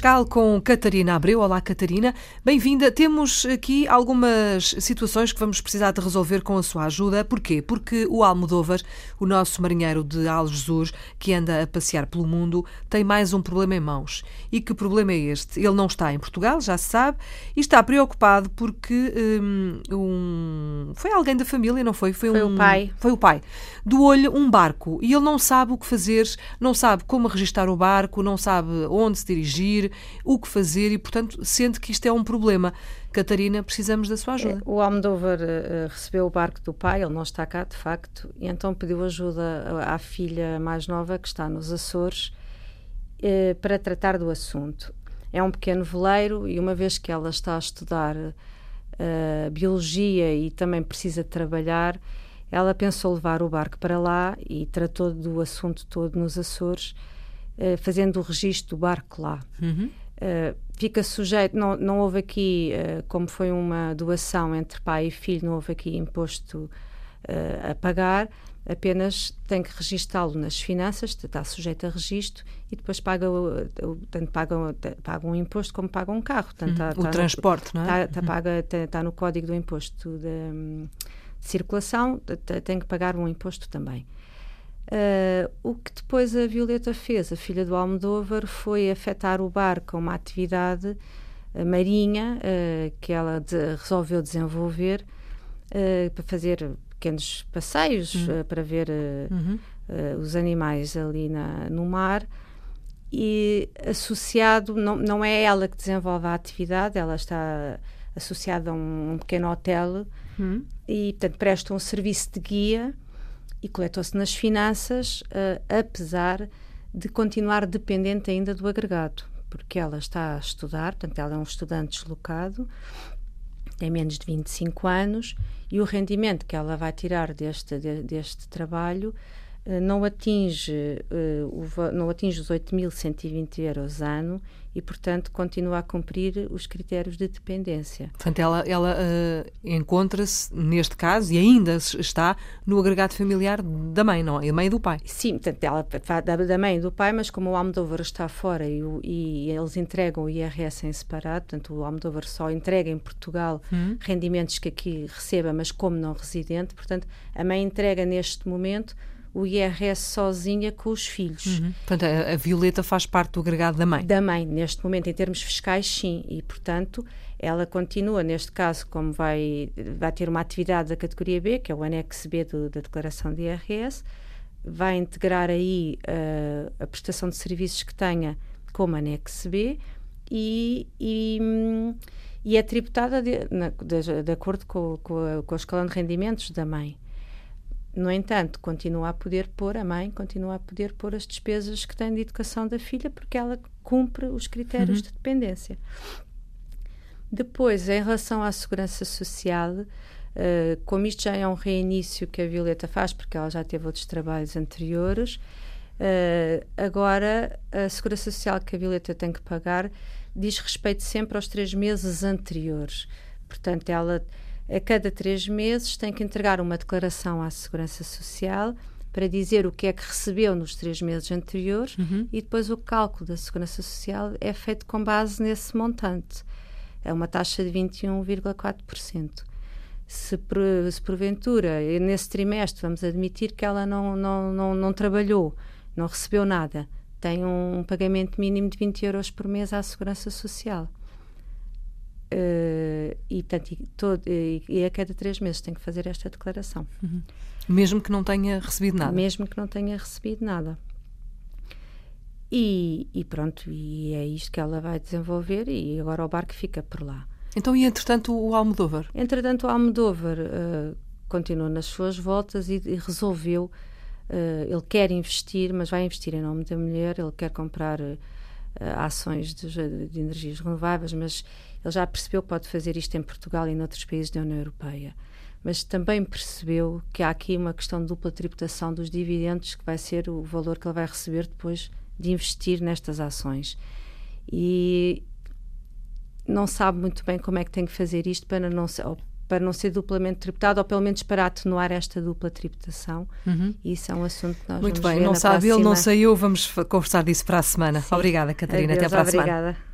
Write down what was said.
Pascal com Catarina Abreu. Olá, Catarina. Bem-vinda. Temos aqui algumas situações que vamos precisar de resolver com a sua ajuda. Porquê? Porque o Almodóvar, o nosso marinheiro de Algesur, que anda a passear pelo mundo, tem mais um problema em mãos. E que problema é este? Ele não está em Portugal, já se sabe, e está preocupado porque foi alguém da família, não foi? Foi o pai. Foi o pai. Doou-lhe um barco e ele não sabe o que fazer, não sabe como registar o barco, não sabe onde se dirigir, o que fazer e, portanto, sente que isto é um problema. Catarina, precisamos da sua ajuda. O Almodóvar recebeu o barco do pai, ele não está cá, de facto, e então pediu ajuda à filha mais nova, que está nos Açores, para tratar do assunto. É um pequeno veleiro e uma vez que ela está a estudar biologia e também precisa de trabalhar, ela pensou levar o barco para lá e tratou do assunto todo nos Açores, fazendo o registro do barco lá. Fica sujeito, não houve aqui, como foi uma doação entre pai e filho, não houve aqui imposto a pagar, apenas tem que registá-lo nas finanças, está sujeito a registro e depois paga um imposto como paga um carro. O transporte, não é? Está no código do imposto de circulação, tem que pagar um imposto também. O que depois a Violeta fez, a filha do Almodóvar, foi afetar o barco a uma atividade marinha que ela resolveu desenvolver para fazer pequenos passeios, para ver os animais ali no mar, e associado, não é ela que desenvolve a atividade, ela está associada a um pequeno hotel e, portanto, presta um serviço de guia e coletou-se nas finanças, apesar de continuar dependente ainda do agregado, porque ela está a estudar, portanto, ela é um estudante deslocado, tem menos de 25 anos, e o rendimento que ela vai tirar deste trabalho não atinge os 8.120 euros ano e, portanto, continua a cumprir os critérios de dependência. Portanto, ela encontra-se, neste caso, e ainda está no agregado familiar da mãe, não é? A mãe do pai. Sim, portanto, ela da mãe e do pai, mas como o Almodóvar está fora e eles entregam o IRS em separado, portanto, o Almodóvar só entrega em Portugal rendimentos que aqui receba, mas como não residente, portanto, a mãe entrega neste momento o IRS sozinha com os filhos. Portanto, a Violeta faz parte do agregado da mãe. Da mãe, neste momento, em termos fiscais, sim. E, portanto, ela continua, neste caso, como vai ter uma atividade da categoria B, que é o anexo B da declaração de IRS, vai integrar aí a prestação de serviços que tenha como anexo B e é tributada de acordo com o escalão de rendimentos da mãe. No entanto, a mãe continua a poder pôr as despesas que tem de educação da filha, porque ela cumpre os critérios de dependência. Depois, em relação à segurança social, como isto já é um reinício que a Violeta faz, porque ela já teve outros trabalhos anteriores, agora a segurança social que a Violeta tem que pagar diz respeito sempre aos 3 meses anteriores. Portanto, ela a cada 3 meses tem que entregar uma declaração à Segurança Social para dizer o que é que recebeu nos 3 meses anteriores e depois o cálculo da Segurança Social é feito com base nesse montante. É uma taxa de 21,4%. Se porventura, nesse trimestre, vamos admitir que ela não trabalhou, não recebeu nada, tem um pagamento mínimo de 20 euros por mês à Segurança Social. E a cada 3 meses tem que fazer esta declaração. Mesmo que não tenha recebido nada? Mesmo que não tenha recebido nada. E pronto, e é isto que ela vai desenvolver e agora o barco fica por lá. Então, e entretanto o Almodóvar? Entretanto o Almodóvar continua nas suas voltas e resolveu, ele quer investir, mas vai investir em nome da mulher, ele quer comprar ações de energias renováveis, mas ele já percebeu que pode fazer isto em Portugal e noutros países da União Europeia. Mas também percebeu que há aqui uma questão de dupla tributação dos dividendos, que vai ser o valor que ele vai receber depois de investir nestas ações. E não sabe muito bem como é que tem que fazer isto para não ser duplamente tributado, ou pelo menos para atenuar esta dupla tributação. E isso é um assunto que nós muito vamos bem, ver não na sabe próxima. ele, não sei eu, vamos conversar disso para a semana. Sim. Obrigada, Catarina. Adeus, até para a semana. Obrigada.